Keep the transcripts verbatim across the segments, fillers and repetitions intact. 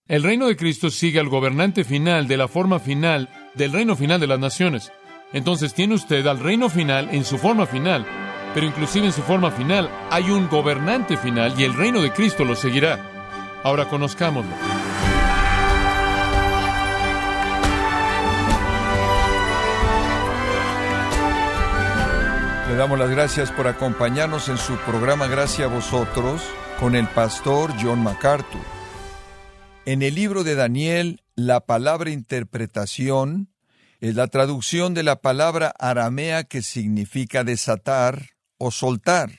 El reino de Cristo sigue al gobernante final de la forma final del reino final de las naciones. Entonces tiene usted al reino final en su forma final, pero inclusive en su forma final hay un gobernante final y el reino de Cristo lo seguirá. Ahora conozcámoslo. Le damos las gracias por acompañarnos en su programa Gracia a Vosotros con el pastor John MacArthur. En el libro de Daniel, la palabra interpretación es la traducción de la palabra aramea que significa desatar o soltar.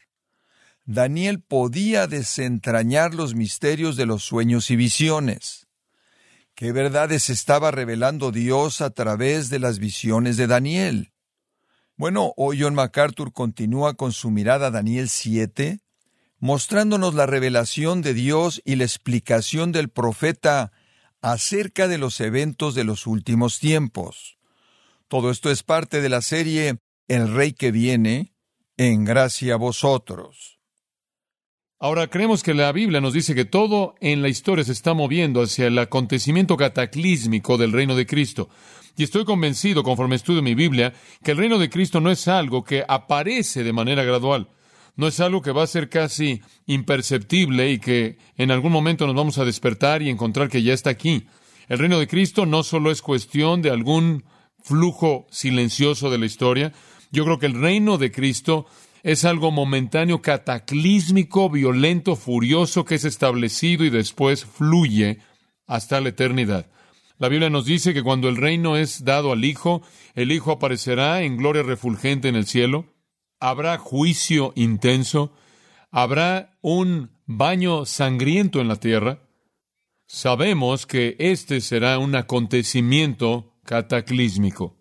Daniel podía desentrañar los misterios de los sueños y visiones. ¿Qué verdades estaba revelando Dios a través de las visiones de Daniel? Bueno, hoy John MacArthur continúa con su mirada a Daniel siete, mostrándonos la revelación de Dios y la explicación del profeta acerca de los eventos de los últimos tiempos. Todo esto es parte de la serie El Rey que viene, en gracia a vosotros. Ahora, creemos que la Biblia nos dice que todo en la historia se está moviendo hacia el acontecimiento cataclísmico del reino de Cristo. Y estoy convencido, conforme estudio mi Biblia, que el reino de Cristo no es algo que aparece de manera gradual. No es algo que va a ser casi imperceptible y que en algún momento nos vamos a despertar y encontrar que ya está aquí. El reino de Cristo no solo es cuestión de algún flujo silencioso de la historia. Yo creo que el reino de Cristo es algo momentáneo, cataclísmico, violento, furioso, que es establecido y después fluye hasta la eternidad. La Biblia nos dice que cuando el reino es dado al Hijo, el Hijo aparecerá en gloria refulgente en el cielo. Habrá juicio intenso. Habrá un baño sangriento en la tierra. Sabemos que este será un acontecimiento cataclísmico.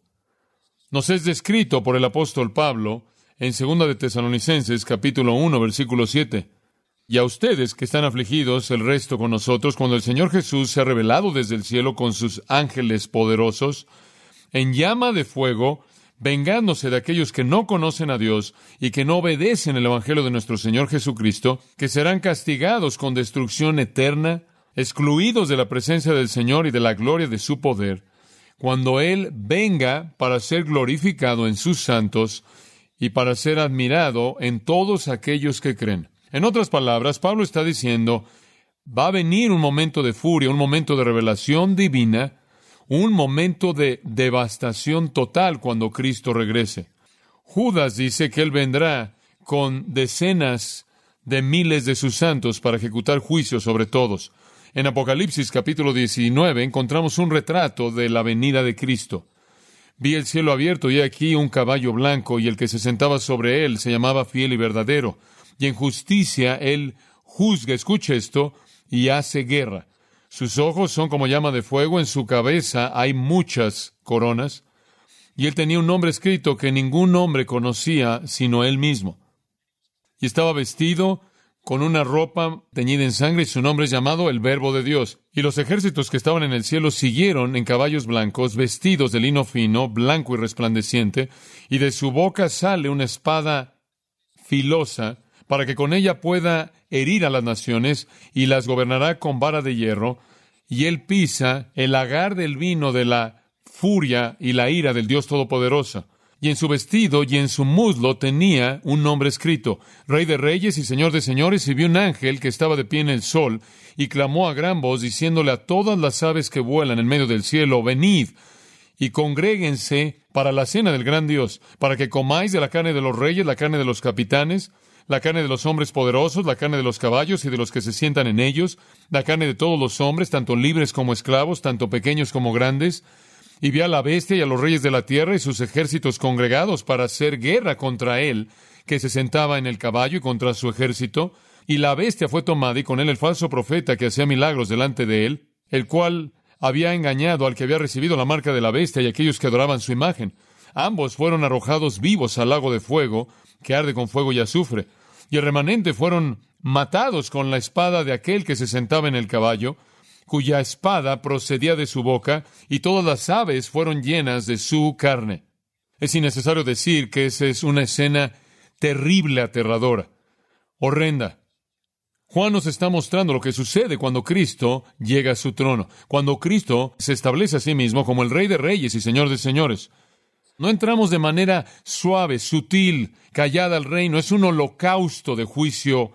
Nos es descrito por el apóstol Pablo en segunda de Tesalonicenses, capítulo uno, versículo siete. Y a ustedes que están afligidos, el resto con nosotros, cuando el Señor Jesús se ha revelado desde el cielo con sus ángeles poderosos, en llama de fuego, vengándose de aquellos que no conocen a Dios y que no obedecen el Evangelio de nuestro Señor Jesucristo, que serán castigados con destrucción eterna, excluidos de la presencia del Señor y de la gloria de su poder, cuando Él venga para ser glorificado en sus santos y para ser admirado en todos aquellos que creen. En otras palabras, Pablo está diciendo, va a venir un momento de furia, un momento de revelación divina, un momento de devastación total cuando Cristo regrese. Judas dice que Él vendrá con decenas de miles de sus santos para ejecutar juicio sobre todos. En Apocalipsis capítulo diecinueve encontramos un retrato de la venida de Cristo. Vi el cielo abierto y aquí un caballo blanco, y el que se sentaba sobre él se llamaba Fiel y Verdadero. Y en justicia Él juzga, escucha esto, y hace guerra. Sus ojos son como llama de fuego, en su cabeza hay muchas coronas. Y Él tenía un nombre escrito que ningún hombre conocía sino Él mismo. Y estaba vestido con una ropa teñida en sangre, y su nombre es llamado el Verbo de Dios. Y los ejércitos que estaban en el cielo siguieron en caballos blancos, vestidos de lino fino, blanco y resplandeciente, y de su boca sale una espada filosa, para que con ella pueda herir a las naciones, y las gobernará con vara de hierro, y Él pisa el lagar del vino de la furia y la ira del Dios Todopoderoso. Y en su vestido y en su muslo tenía un nombre escrito, Rey de Reyes y Señor de Señores, y vio un ángel que estaba de pie en el sol, y clamó a gran voz, diciéndole a todas las aves que vuelan en medio del cielo, venid, y congréguense para la cena del gran Dios, para que comáis de la carne de los reyes, la carne de los capitanes, la carne de los hombres poderosos, la carne de los caballos y de los que se sientan en ellos, la carne de todos los hombres, tanto libres como esclavos, tanto pequeños como grandes. Y vi a la bestia y a los reyes de la tierra y sus ejércitos congregados para hacer guerra contra él, que se sentaba en el caballo, y contra su ejército. Y la bestia fue tomada, y con él el falso profeta que hacía milagros delante de él, el cual había engañado al que había recibido la marca de la bestia y a aquellos que adoraban su imagen. Ambos fueron arrojados vivos al lago de fuego, que arde con fuego y azufre. Y el remanente fueron matados con la espada de aquel que se sentaba en el caballo, cuya espada procedía de su boca, y todas las aves fueron llenas de su carne. Es innecesario decir que esa es una escena terrible, aterradora, horrenda. Juan nos está mostrando lo que sucede cuando Cristo llega a su trono, cuando Cristo se establece a sí mismo como el Rey de Reyes y Señor de Señores. No entramos de manera suave, sutil, callada al reino. Es un holocausto de juicio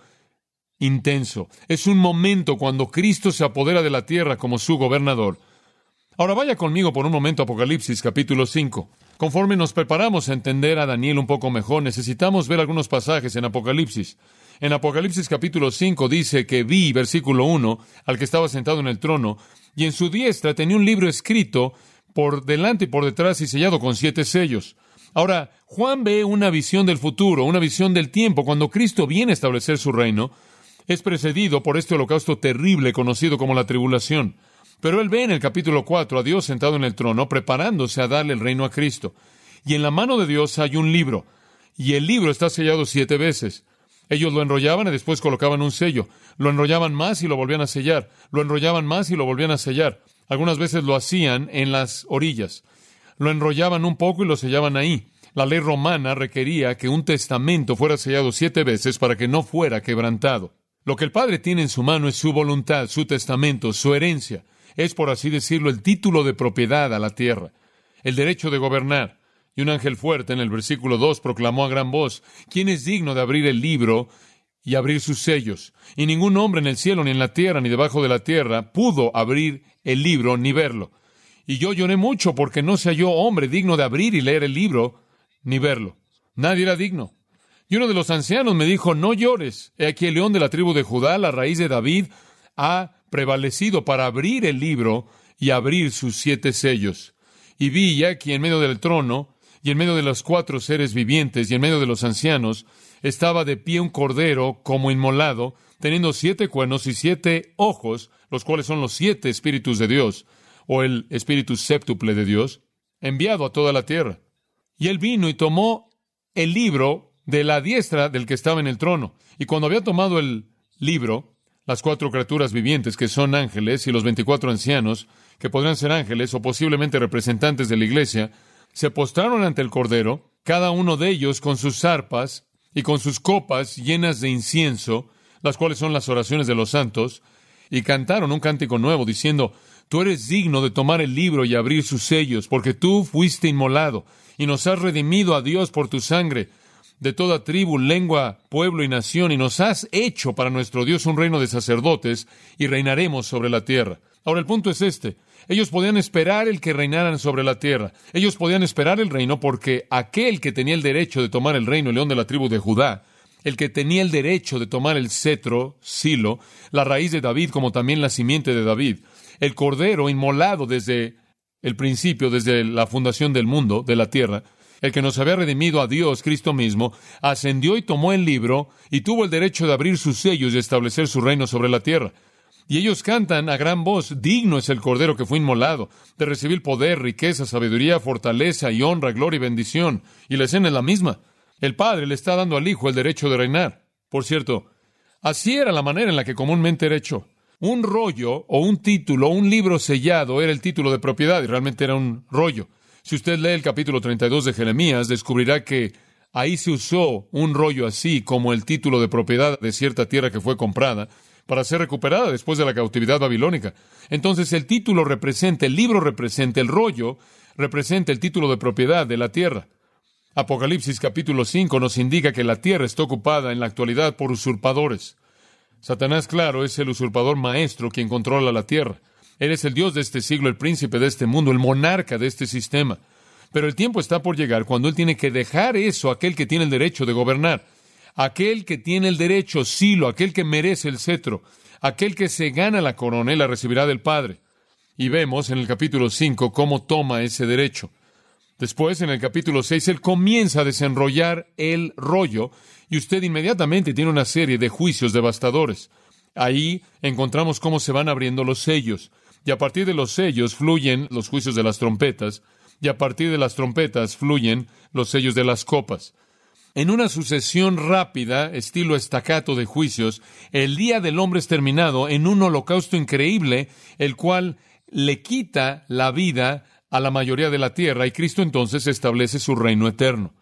intenso. Es un momento cuando Cristo se apodera de la tierra como su gobernador. Ahora vaya conmigo por un momento a Apocalipsis capítulo cinco. Conforme nos preparamos a entender a Daniel un poco mejor, necesitamos ver algunos pasajes en Apocalipsis. En Apocalipsis capítulo cinco dice que vi, versículo uno, al que estaba sentado en el trono, y en su diestra tenía un libro escrito por delante y por detrás y sellado con siete sellos. Ahora, Juan ve una visión del futuro, una visión del tiempo, cuando Cristo viene a establecer su reino. Es precedido por este holocausto terrible conocido como la tribulación. Pero él ve en el capítulo cuatro a Dios sentado en el trono, preparándose a darle el reino a Cristo. Y en la mano de Dios hay un libro, y el libro está sellado siete veces. Ellos lo enrollaban y después colocaban un sello. Lo enrollaban más y lo volvían a sellar. Lo enrollaban más y lo volvían a sellar. Algunas veces lo hacían en las orillas. Lo enrollaban un poco y lo sellaban ahí. La ley romana requería que un testamento fuera sellado siete veces para que no fuera quebrantado. Lo que el Padre tiene en su mano es su voluntad, su testamento, su herencia. Es, por así decirlo, el título de propiedad a la tierra, el derecho de gobernar. Y un ángel fuerte en el versículo dos proclamó a gran voz: ¿quién es digno de abrir el libro y abrir sus sellos? Y ningún hombre en el cielo, ni en la tierra, ni debajo de la tierra pudo abrir el libro ni verlo. Y yo lloré mucho porque no se halló hombre digno de abrir y leer el libro ni verlo. Nadie era digno. Y uno de los ancianos me dijo: no llores. He aquí el león de la tribu de Judá, la raíz de David, ha prevalecido para abrir el libro y abrir sus siete sellos. Y vi ya aquí en medio del trono, y en medio de los cuatro seres vivientes, y en medio de los ancianos, estaba de pie un cordero como inmolado, teniendo siete cuernos y siete ojos, los cuales son los siete espíritus de Dios, o el espíritu séptuple de Dios, enviado a toda la tierra. Y él vino y tomó el libro de la diestra del que estaba en el trono. Y cuando había tomado el libro, las cuatro criaturas vivientes, que son ángeles, y los veinticuatro ancianos, que podrían ser ángeles o posiblemente representantes de la iglesia, se postraron ante el Cordero, cada uno de ellos con sus arpas y con sus copas llenas de incienso, las cuales son las oraciones de los santos, y cantaron un cántico nuevo, diciendo: tú eres digno de tomar el libro y abrir sus sellos, porque tú fuiste inmolado, y nos has redimido a Dios por tu sangre, de toda tribu, lengua, pueblo y nación, y nos has hecho para nuestro Dios un reino de sacerdotes, y reinaremos sobre la tierra. Ahora, el punto es este: ellos podían esperar el que reinaran sobre la tierra. Ellos podían esperar el reino porque aquel que tenía el derecho de tomar el reino, el león de la tribu de Judá, el que tenía el derecho de tomar el cetro, Silo, la raíz de David, como también la simiente de David, el cordero inmolado desde el principio, desde la fundación del mundo, de la tierra, el que nos había redimido a Dios, Cristo mismo, ascendió y tomó el libro y tuvo el derecho de abrir sus sellos y establecer su reino sobre la tierra. Y ellos cantan a gran voz: digno es el Cordero que fue inmolado, de recibir poder, riqueza, sabiduría, fortaleza y honra, gloria y bendición. Y la escena es la misma. El Padre le está dando al Hijo el derecho de reinar. Por cierto, así era la manera en la que comúnmente era hecho. Un rollo o un título o un libro sellado era el título de propiedad, y realmente era un rollo. Si usted lee el capítulo treinta y dos de Jeremías, descubrirá que ahí se usó un rollo así como el título de propiedad de cierta tierra que fue comprada para ser recuperada después de la cautividad babilónica. Entonces el título representa, el libro representa, el rollo representa el título de propiedad de la tierra. Apocalipsis capítulo cinco nos indica que la tierra está ocupada en la actualidad por usurpadores. Satanás, claro, es el usurpador maestro quien controla la tierra. Él es el Dios de este siglo, el príncipe de este mundo, el monarca de este sistema. Pero el tiempo está por llegar cuando él tiene que dejar eso a aquel que tiene el derecho de gobernar. Aquel que tiene el derecho, Silo, aquel que merece el cetro, aquel que se gana la corona y la recibirá del Padre. Y vemos en el capítulo cinco cómo toma ese derecho. Después, en el capítulo seis, él comienza a desenrollar el rollo y usted inmediatamente tiene una serie de juicios devastadores. Ahí encontramos cómo se van abriendo los sellos. Y a partir de los sellos fluyen los juicios de las trompetas, y a partir de las trompetas fluyen los sellos de las copas. En una sucesión rápida, estilo estacato de juicios, el día del hombre es terminado en un holocausto increíble, el cual le quita la vida a la mayoría de la tierra, y Cristo entonces establece su reino eterno.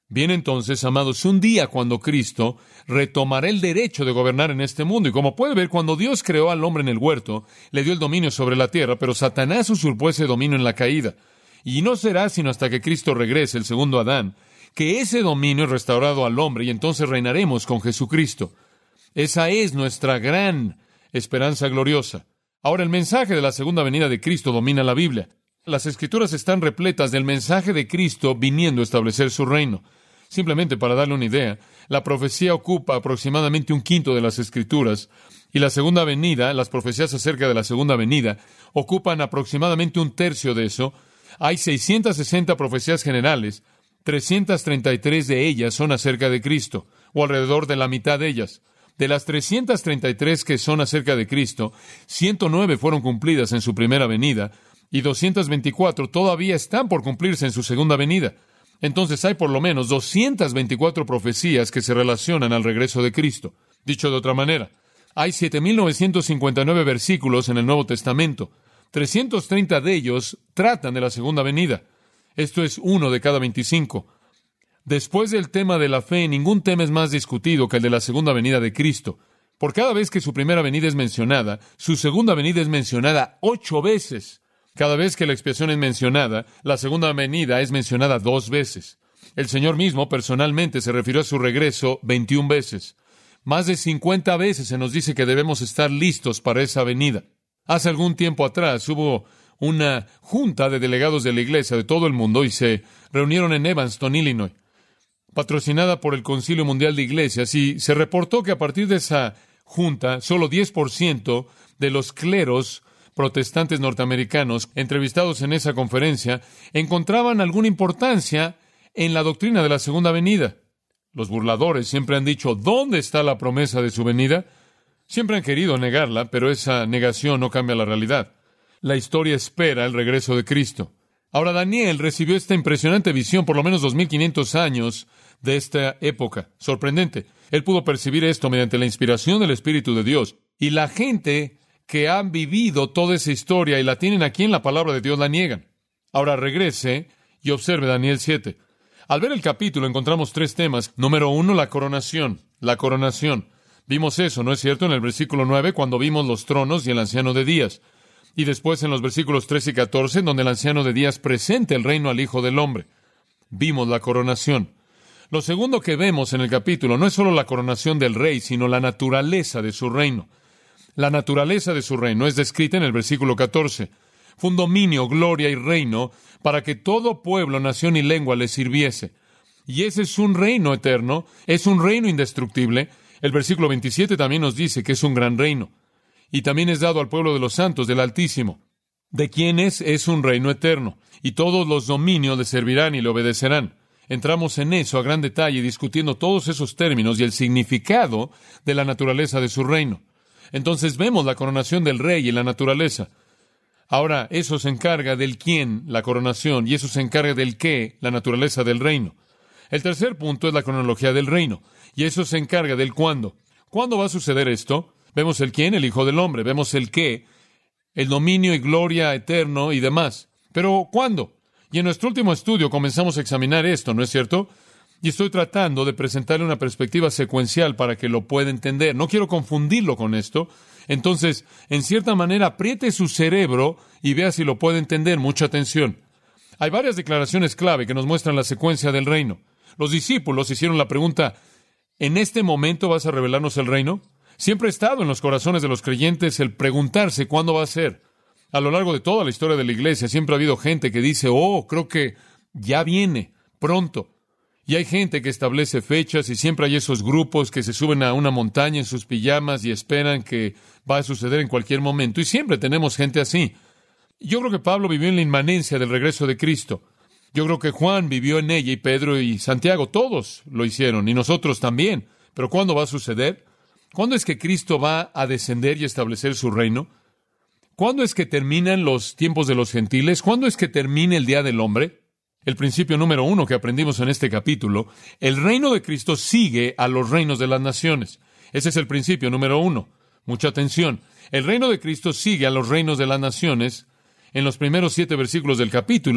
Bien, entonces, amados, un día cuando Cristo retomará el derecho de gobernar en este mundo. Y como puede ver, cuando Dios creó al hombre en el huerto, le dio el dominio sobre la tierra, pero Satanás usurpó ese dominio en la caída. Y no será sino hasta que Cristo regrese, el segundo Adán, que ese dominio es restaurado al hombre y entonces reinaremos con Jesucristo. Esa es nuestra gran esperanza gloriosa. Ahora, el mensaje de la segunda venida de Cristo domina la Biblia. Las Escrituras están repletas del mensaje de Cristo viniendo a establecer su reino. Simplemente para darle una idea, la profecía ocupa aproximadamente un quinto de las Escrituras, y la segunda venida, las profecías acerca de la segunda venida, ocupan aproximadamente un tercio de eso. Hay seiscientas sesenta profecías generales, trescientas treinta y tres de ellas son acerca de Cristo, o alrededor de la mitad de ellas. De las trescientas treinta y tres que son acerca de Cristo, ciento nueve fueron cumplidas en su primera venida, y doscientas veinticuatro todavía están por cumplirse en su segunda venida. Entonces hay por lo menos doscientas veinticuatro profecías que se relacionan al regreso de Cristo. Dicho de otra manera, hay siete mil novecientos cincuenta y nueve versículos en el Nuevo Testamento. trescientos treinta de ellos tratan de la segunda venida. Esto es uno de cada veinticinco. Después del tema de la fe, ningún tema es más discutido que el de la segunda venida de Cristo. Por cada vez que su primera venida es mencionada, su segunda venida es mencionada ocho veces. Cada vez que la expiación es mencionada, la segunda venida es mencionada dos veces. El Señor mismo personalmente se refirió a su regreso veintiuna veces. Más de cincuenta veces se nos dice que debemos estar listos para esa venida. Hace algún tiempo atrás hubo una junta de delegados de la iglesia de todo el mundo y se reunieron en Evanston, Illinois, patrocinada por el Concilio Mundial de Iglesias, y se reportó que a partir de esa junta, solo diez por ciento de los cleros protestantes norteamericanos entrevistados en esa conferencia encontraban alguna importancia en la doctrina de la segunda venida. Los burladores siempre han dicho, ¿dónde está la promesa de su venida? Siempre han querido negarla, pero esa negación no cambia la realidad. La historia espera el regreso de Cristo. Ahora, Daniel recibió esta impresionante visión por lo menos dos mil quinientos años de esta época. Sorprendente. Él pudo percibir esto mediante la inspiración del Espíritu de Dios. Y la gente que han vivido toda esa historia y la tienen aquí en la palabra de Dios la niegan. Ahora regrese y observe Daniel siete. Al ver el capítulo encontramos tres temas. Número uno, la coronación. La coronación. Vimos eso, ¿no es cierto?, en el versículo nueve, cuando vimos los tronos y el anciano de días. Y después en los versículos trece y catorce, donde el anciano de días presenta el reino al Hijo del Hombre. Vimos la coronación. Lo segundo que vemos en el capítulo no es solo la coronación del rey, sino la naturaleza de su reino. La naturaleza de su reino es descrita en el versículo catorce. Fue un dominio, gloria y reino para que todo pueblo, nación y lengua le sirviese. Y ese es un reino eterno, es un reino indestructible. El versículo veintisiete también nos dice que es un gran reino. Y también es dado al pueblo de los santos del Altísimo, de quienes es un reino eterno. Y todos los dominios le servirán y le obedecerán. Entramos en eso a gran detalle, discutiendo todos esos términos y el significado de la naturaleza de su reino. Entonces vemos la coronación del rey y la naturaleza. Ahora, eso se encarga del quién, la coronación, y eso se encarga del qué, la naturaleza del reino. El tercer punto es la cronología del reino, y eso se encarga del cuándo. ¿Cuándo va a suceder esto? Vemos el quién, el Hijo del Hombre, vemos el qué, el dominio y gloria eterno y demás. Pero, ¿cuándo? Y en nuestro último estudio comenzamos a examinar esto, ¿no es cierto? Y estoy tratando de presentarle una perspectiva secuencial para que lo pueda entender. No quiero confundirlo con esto. Entonces, en cierta manera, apriete su cerebro y vea si lo puede entender. Mucha atención. Hay varias declaraciones clave que nos muestran la secuencia del reino. Los discípulos hicieron la pregunta, ¿en este momento vas a revelarnos el reino? Siempre ha estado en los corazones de los creyentes el preguntarse cuándo va a ser. A lo largo de toda la historia de la iglesia siempre ha habido gente que dice, oh, creo que ya viene, pronto. Y hay gente que establece fechas y siempre hay esos grupos que se suben a una montaña en sus pijamas y esperan que va a suceder en cualquier momento. Y siempre tenemos gente así. Yo creo que Pablo vivió en la inmanencia del regreso de Cristo. Yo creo que Juan vivió en ella y Pedro y Santiago, todos lo hicieron y nosotros también. Pero ¿cuándo va a suceder? ¿Cuándo es que Cristo va a descender y establecer su reino? ¿Cuándo es que terminan los tiempos de los gentiles? ¿Cuándo es que termina el día del hombre? El principio número uno que aprendimos en este capítulo, el reino de Cristo sigue a los reinos de las naciones. Ese es el principio número uno. Mucha atención. El reino de Cristo sigue a los reinos de las naciones. En los primeros siete versículos del capítulo,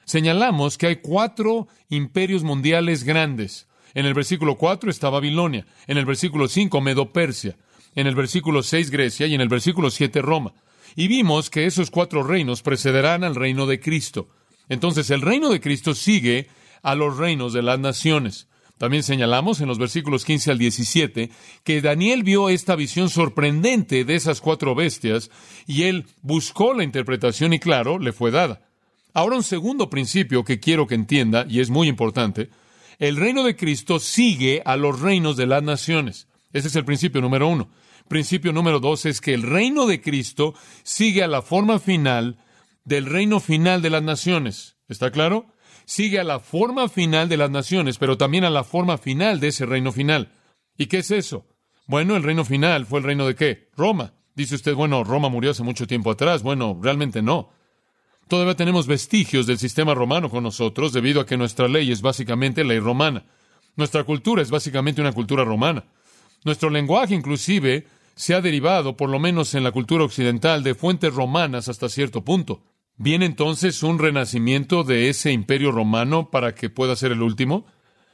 Señalamos que hay cuatro imperios mundiales grandes. En el versículo cuatro está Babilonia, en el versículo cinco Medo-Persia, en el versículo seis Grecia y en el versículo siete Roma. Y vimos que esos cuatro reinos precederán al reino de Cristo. Entonces el reino de Cristo sigue a los reinos de las naciones. También señalamos en los versículos quince al diecisiete que Daniel vio esta visión sorprendente de esas cuatro bestias y él buscó la interpretación y claro, le fue dada. Ahora un segundo principio que quiero que entienda y es muy importante. El reino de Cristo sigue a los reinos de las naciones. Ese es el principio número uno. Principio número dos es que el reino de Cristo sigue a la forma final del reino final de las naciones. ¿Está claro? Sigue a la forma final de las naciones, pero también a la forma final de ese reino final. ¿Y qué es eso? Bueno, el reino final fue el reino de ¿qué? Roma. Dice usted, bueno, Roma murió hace mucho tiempo atrás. Bueno, realmente no. Todavía tenemos vestigios del sistema romano con nosotros, debido a que nuestra ley es básicamente ley romana. Nuestra cultura es básicamente una cultura romana. Nuestro lenguaje, inclusive, se ha derivado, por lo menos en la cultura occidental, de fuentes romanas hasta cierto punto. ¿Viene entonces un renacimiento de ese imperio romano para que pueda ser el último?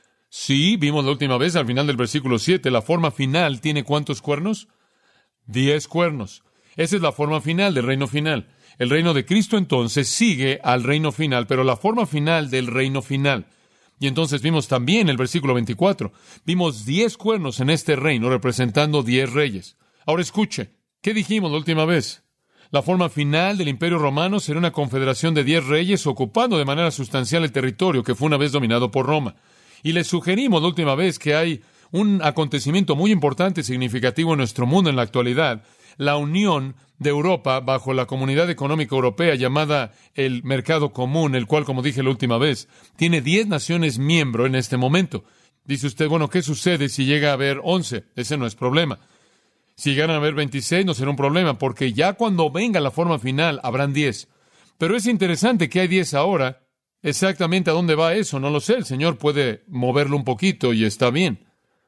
Sí, vimos la última vez al final del versículo siete, la forma final tiene ¿cuántos cuernos? Diez cuernos. Esa es la forma final del reino final. El reino de Cristo entonces sigue al reino final, pero la forma final del reino final. Y entonces vimos también el versículo veinticuatro. Vimos diez cuernos en este reino representando diez reyes. Ahora escuche, ¿qué dijimos la última vez? La forma final del Imperio Romano será una confederación de diez reyes ocupando de manera sustancial el territorio que fue una vez dominado por Roma. Y les sugerimos la última vez que hay un acontecimiento muy importante y significativo en nuestro mundo en la actualidad, la unión de Europa bajo la Comunidad Económica Europea llamada el Mercado Común, el cual, como dije la última vez, tiene diez naciones miembro en este momento. Dice usted, bueno, ¿qué sucede si llega a haber once? Ese no es problema. Si llegan a haber veintiséis, no será un problema, porque ya cuando venga la forma final, habrán diez. Pero es interesante que hay diez ahora. Exactamente a dónde va eso, no lo sé. El Señor puede moverlo un poquito y está bien.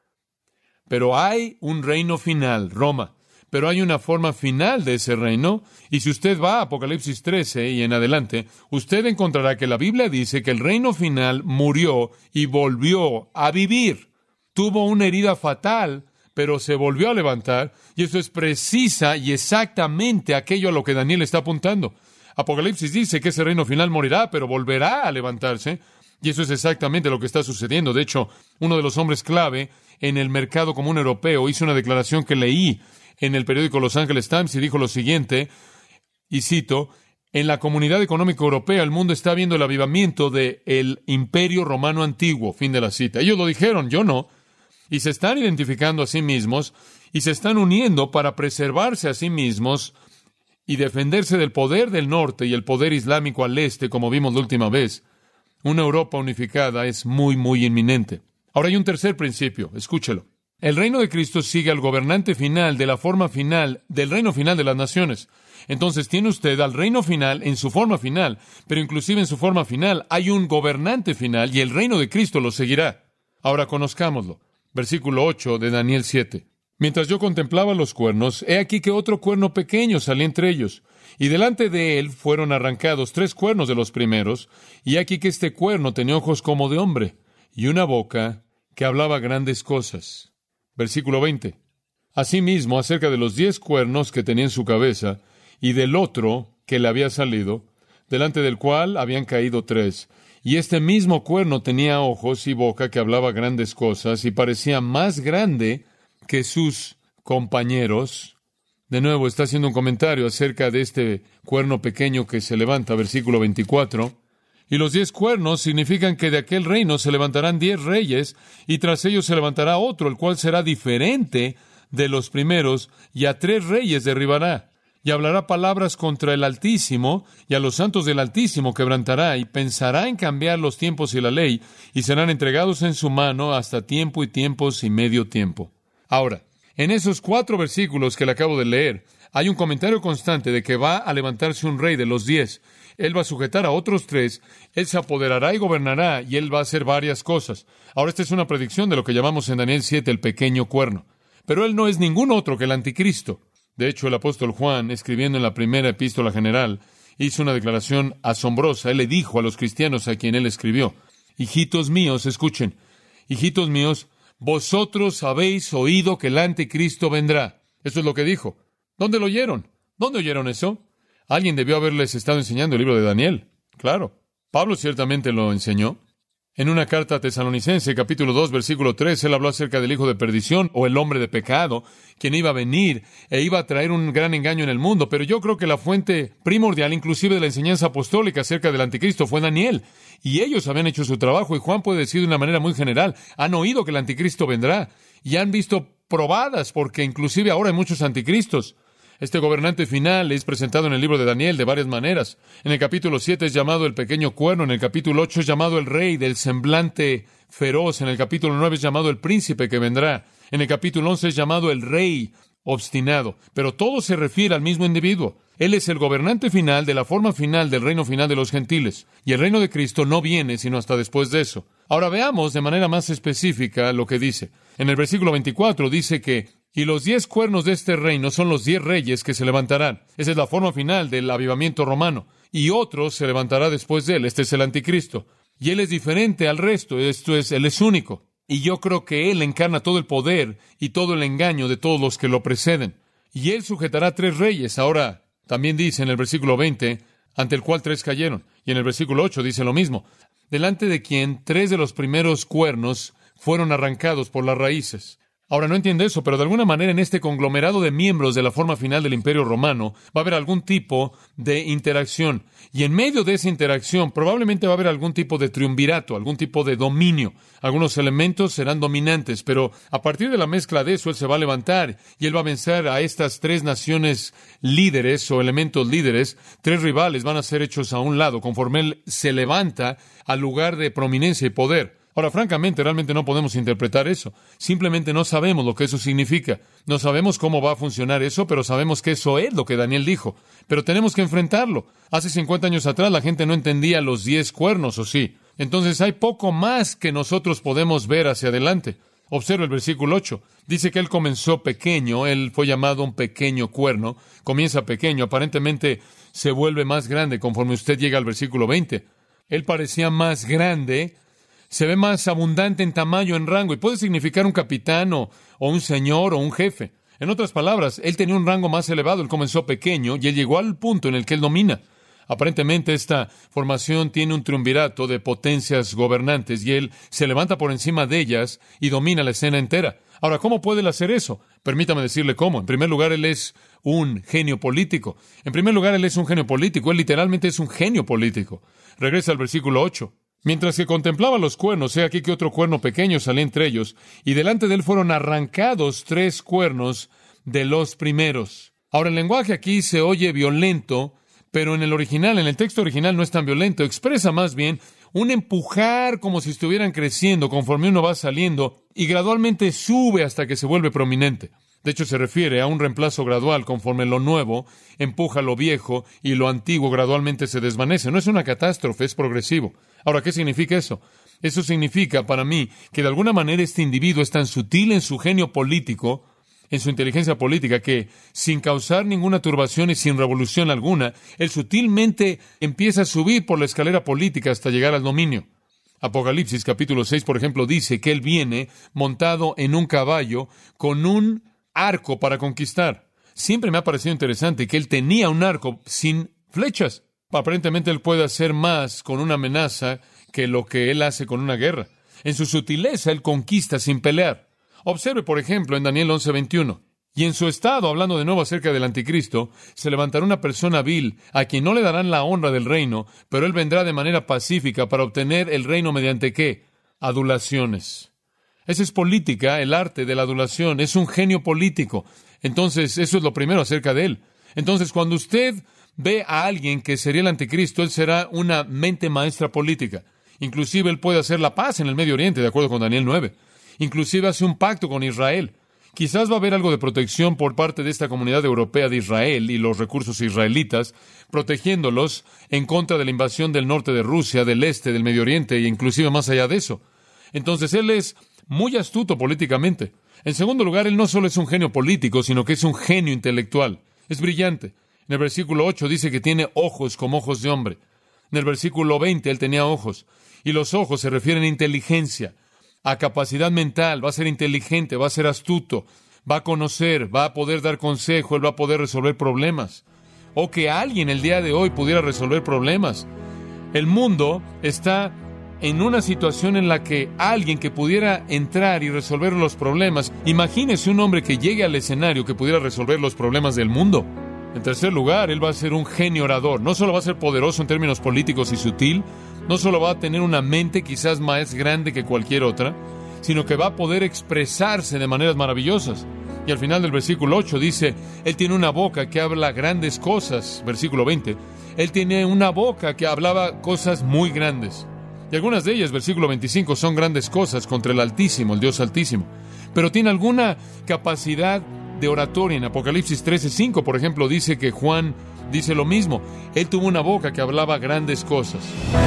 Pero hay un reino final, Roma. Pero hay una forma final de ese reino. Y si usted va a Apocalipsis trece y en adelante, usted encontrará que la Biblia dice que el reino final murió y volvió a vivir. Tuvo una herida fatal, pero se volvió a levantar, y eso es precisa y exactamente aquello a lo que Daniel está apuntando. Apocalipsis dice que ese reino final morirá, pero volverá a levantarse, y eso es exactamente lo que está sucediendo. De hecho, uno de los hombres clave en el mercado común europeo hizo una declaración que leí en el periódico Los Angeles Times y dijo lo siguiente, y cito, en la comunidad económica europea el mundo está viendo el avivamiento del imperio romano antiguo, fin de la cita. Ellos lo dijeron, yo no. Y se están identificando a sí mismos y se están uniendo para preservarse a sí mismos y defenderse del poder del norte y el poder islámico al este, como vimos la última vez. Una Europa unificada es muy, muy inminente. Ahora hay un tercer principio, escúchelo. El reino de Cristo sigue al gobernante final de la forma final del reino final de las naciones. Entonces tiene usted al reino final en su forma final, pero inclusive en su forma final hay un gobernante final y el reino de Cristo lo seguirá. Ahora conozcámoslo. Versículo ocho de Daniel siete. Mientras yo contemplaba los cuernos, he aquí que otro cuerno pequeño salía entre ellos, y delante de él fueron arrancados tres cuernos de los primeros, y he aquí que este cuerno tenía ojos como de hombre, y una boca que hablaba grandes cosas. Versículo veinte. Asimismo, acerca de los diez cuernos que tenía en su cabeza, y del otro que le había salido, delante del cual habían caído tres, y este mismo cuerno tenía ojos y boca que hablaba grandes cosas y parecía más grande que sus compañeros. De nuevo, está haciendo un comentario acerca de este cuerno pequeño que se levanta, versículo veinticuatro. Y los diez cuernos significan que de aquel reino se levantarán diez reyes, y tras ellos se levantará otro, el cual será diferente de los primeros, y a tres reyes derribará. Y hablará palabras contra el Altísimo, y a los santos del Altísimo quebrantará, y pensará en cambiar los tiempos y la ley, y serán entregados en su mano hasta tiempo y tiempos y medio tiempo. Ahora, en esos cuatro versículos que le acabo de leer, hay un comentario constante de que va a levantarse un rey de los diez. Él va a sujetar a otros tres, él se apoderará y gobernará, y él va a hacer varias cosas. Ahora, esta es una predicción de lo que llamamos en Daniel siete el pequeño cuerno. Pero él no es ningún otro que el anticristo. De hecho, el apóstol Juan, escribiendo en la primera epístola general, hizo una declaración asombrosa. Él le dijo a los cristianos a quien él escribió: hijitos míos, escuchen, hijitos míos, vosotros habéis oído que el anticristo vendrá. Eso es lo que dijo. ¿Dónde lo oyeron? ¿Dónde oyeron eso? Alguien debió haberles estado enseñando el libro de Daniel. Claro, Pablo ciertamente lo enseñó. En una carta a Tesalonicense, capítulo dos, versículo tres, él habló acerca del hijo de perdición, o el hombre de pecado, quien iba a venir e iba a traer un gran engaño en el mundo. Pero yo creo que la fuente primordial, inclusive de la enseñanza apostólica acerca del anticristo, fue Daniel. Y ellos habían hecho su trabajo, y Juan puede decir de una manera muy general: han oído que el anticristo vendrá, y han visto probadas, porque inclusive ahora hay muchos anticristos. Este gobernante final es presentado en el libro de Daniel de varias maneras. En el capítulo siete es llamado el pequeño cuerno, en el capítulo ocho es llamado el rey del semblante feroz, en el capítulo nueve es llamado el príncipe que vendrá, en el capítulo once es llamado el rey obstinado. Pero todo se refiere al mismo individuo. Él es el gobernante final de la forma final del reino final de los gentiles. Y el reino de Cristo no viene sino hasta después de eso. Ahora veamos de manera más específica lo que dice. En el versículo veinticuatro dice que y los diez cuernos de este reino son los diez reyes que se levantarán. Esa es la forma final del avivamiento romano. Y otro se levantará después de él. Este es el anticristo. Y él es diferente al resto. Esto es, él es único. Y yo creo que él encarna todo el poder y todo el engaño de todos los que lo preceden. Y él sujetará tres reyes. Ahora, también dice en el versículo veinte, ante el cual tres cayeron. Y en el versículo ocho dice lo mismo. Delante de quien tres de los primeros cuernos fueron arrancados por las raíces. Ahora, no entiendo eso, pero de alguna manera en este conglomerado de miembros de la forma final del Imperio Romano va a haber algún tipo de interacción. Y en medio de esa interacción probablemente va a haber algún tipo de triunvirato, algún tipo de dominio. Algunos elementos serán dominantes, pero a partir de la mezcla de eso, él se va a levantar y él va a vencer a estas tres naciones líderes o elementos líderes. Tres rivales van a ser hechos a un lado conforme él se levanta al lugar de prominencia y poder. Ahora, francamente, realmente no podemos interpretar eso. Simplemente no sabemos lo que eso significa. No sabemos cómo va a funcionar eso, pero sabemos que eso es lo que Daniel dijo. Pero tenemos que enfrentarlo. Hace cincuenta años atrás la gente no entendía los diez cuernos, ¿o sí? Entonces hay poco más que nosotros podemos ver hacia adelante. Observa el versículo ocho. Dice que él comenzó pequeño, él fue llamado un pequeño cuerno. Comienza pequeño, aparentemente se vuelve más grande conforme usted llega al versículo veinte. Él parecía más grande, se ve más abundante en tamaño, en rango, y puede significar un capitán o, o un señor o un jefe. En otras palabras, él tenía un rango más elevado, él comenzó pequeño y él llegó al punto en el que él domina. Aparentemente esta formación tiene un triunvirato de potencias gobernantes y él se levanta por encima de ellas y domina la escena entera. Ahora, ¿cómo puede él hacer eso? Permítame decirle cómo. En primer lugar, él es un genio político. En primer lugar, él es un genio político. Él literalmente es un genio político. Regresa al versículo ocho. Mientras que contemplaba los cuernos, he aquí que otro cuerno pequeño salía entre ellos, y delante de él fueron arrancados tres cuernos de los primeros. Ahora, el lenguaje aquí se oye violento, pero en el original, en el texto original no es tan violento. Expresa más bien un empujar como si estuvieran creciendo conforme uno va saliendo, y gradualmente sube hasta que se vuelve prominente. De hecho, se refiere a un reemplazo gradual conforme lo nuevo empuja lo viejo y lo antiguo gradualmente se desvanece. No es una catástrofe, es progresivo. Ahora, ¿qué significa eso? Eso significa para mí que de alguna manera este individuo es tan sutil en su genio político, en su inteligencia política, que sin causar ninguna turbación y sin revolución alguna, él sutilmente empieza a subir por la escalera política hasta llegar al dominio. Apocalipsis capítulo seis, por ejemplo, dice que él viene montado en un caballo con un arco para conquistar. Siempre me ha parecido interesante que él tenía un arco sin flechas. Aparentemente él puede hacer más con una amenaza que lo que él hace con una guerra. En su sutileza él conquista sin pelear. Observe, por ejemplo, en Daniel once veintiuno. Y en su estado, hablando de nuevo acerca del anticristo, se levantará una persona vil a quien no le darán la honra del reino, pero él vendrá de manera pacífica para obtener el reino mediante ¿qué? Adulaciones. Esa es política, el arte de la adulación. Es un genio político. Entonces, eso es lo primero acerca de él. Entonces, cuando usted ve a alguien que sería el anticristo, él será una mente maestra política. Inclusive, él puede hacer la paz en el Medio Oriente, de acuerdo con Daniel nueve. Inclusive, hace un pacto con Israel. Quizás va a haber algo de protección por parte de esta comunidad europea de Israel y los recursos israelitas, protegiéndolos en contra de la invasión del norte de Rusia, del este, del Medio Oriente, e inclusive más allá de eso. Entonces, él es muy astuto políticamente. En segundo lugar, él no solo es un genio político, sino que es un genio intelectual. Es brillante. En el versículo ocho dice que tiene ojos como ojos de hombre. En el versículo veinte él tenía ojos. Y los ojos se refieren a inteligencia, a capacidad mental. Va a ser inteligente, va a ser astuto, va a conocer, va a poder dar consejo, él va a poder resolver problemas. O que alguien el día de hoy pudiera resolver problemas. El mundo está en una situación en la que alguien que pudiera entrar y resolver los problemas, imagínese un hombre que llegue al escenario que pudiera resolver los problemas del mundo. En tercer lugar, él va a ser un genio orador. No solo va a ser poderoso en términos políticos y sutil, no solo va a tener una mente quizás más grande que cualquier otra, sino que va a poder expresarse de maneras maravillosas. Y al final del versículo ocho dice, él tiene una boca que habla grandes cosas. Versículo veinte, él tiene una boca que hablaba cosas muy grandes. Y algunas de ellas, versículo veinticinco, son grandes cosas contra el Altísimo, el Dios Altísimo. Pero tiene alguna capacidad de oratoria. En Apocalipsis trece cinco, por ejemplo, dice que Juan dice lo mismo. Él tuvo una boca que hablaba grandes cosas.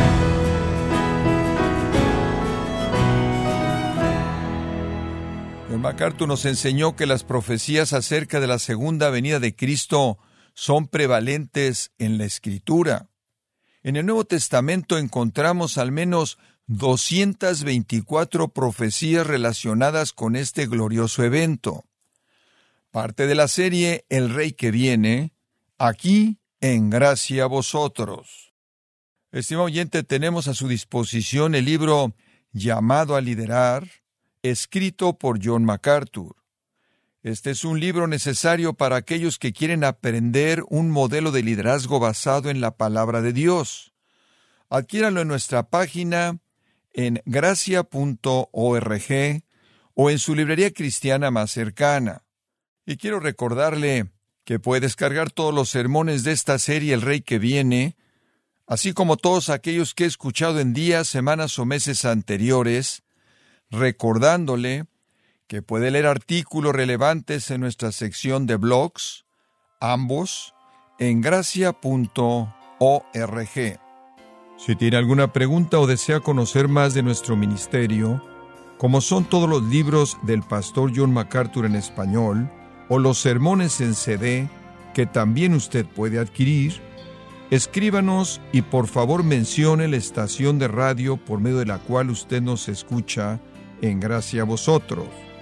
John MacArthur nos enseñó que las profecías acerca de la segunda venida de Cristo son prevalentes en la Escritura. En el Nuevo Testamento encontramos al menos doscientas veinticuatro profecías relacionadas con este glorioso evento. Parte de la serie El Rey que viene, aquí en Gracia a Vosotros. Estimado oyente, tenemos a su disposición el libro Llamado a Liderar, escrito por John MacArthur. Este es un libro necesario para aquellos que quieren aprender un modelo de liderazgo basado en la palabra de Dios. Adquiéranlo en nuestra página en gracia punto org o en su librería cristiana más cercana. Y quiero recordarle que puede descargar todos los sermones de esta serie El Rey que viene, así como todos aquellos que he escuchado en días, semanas o meses anteriores, recordándole que puede leer artículos relevantes en nuestra sección de blogs, ambos en gracia punto org. Si tiene alguna pregunta o desea conocer más de nuestro ministerio, como son todos los libros del pastor John MacArthur en español, o los sermones en C D que también usted puede adquirir, escríbanos y por favor mencione la estación de radio por medio de la cual usted nos escucha en Gracia a Vosotros.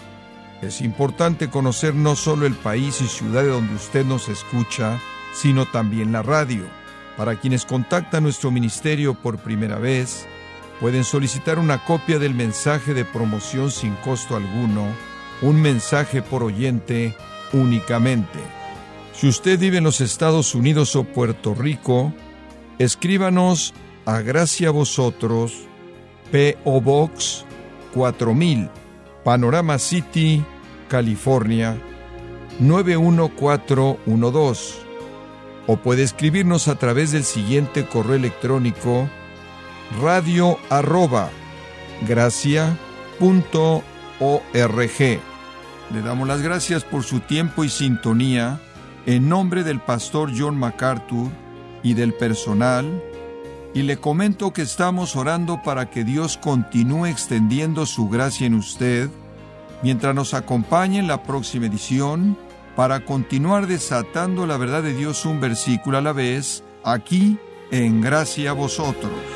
Es importante conocer no solo el país y ciudad de donde usted nos escucha, sino también la radio. Para quienes contactan nuestro ministerio por primera vez, pueden solicitar una copia del mensaje de promoción sin costo alguno, un mensaje por oyente únicamente. Si usted vive en los Estados Unidos o Puerto Rico, escríbanos a Gracia a Vosotros, P O Box cuatro mil, Panorama City, California, nueve uno cuatro uno dos. O puede escribirnos a través del siguiente correo electrónico, radio arroba gracia punto org. Le damos las gracias por su tiempo y sintonía en nombre del pastor John MacArthur y del personal, y le comento que estamos orando para que Dios continúe extendiendo su gracia en usted mientras nos acompañe en la próxima edición para continuar desatando la verdad de Dios un versículo a la vez, aquí en Gracia a Vosotros.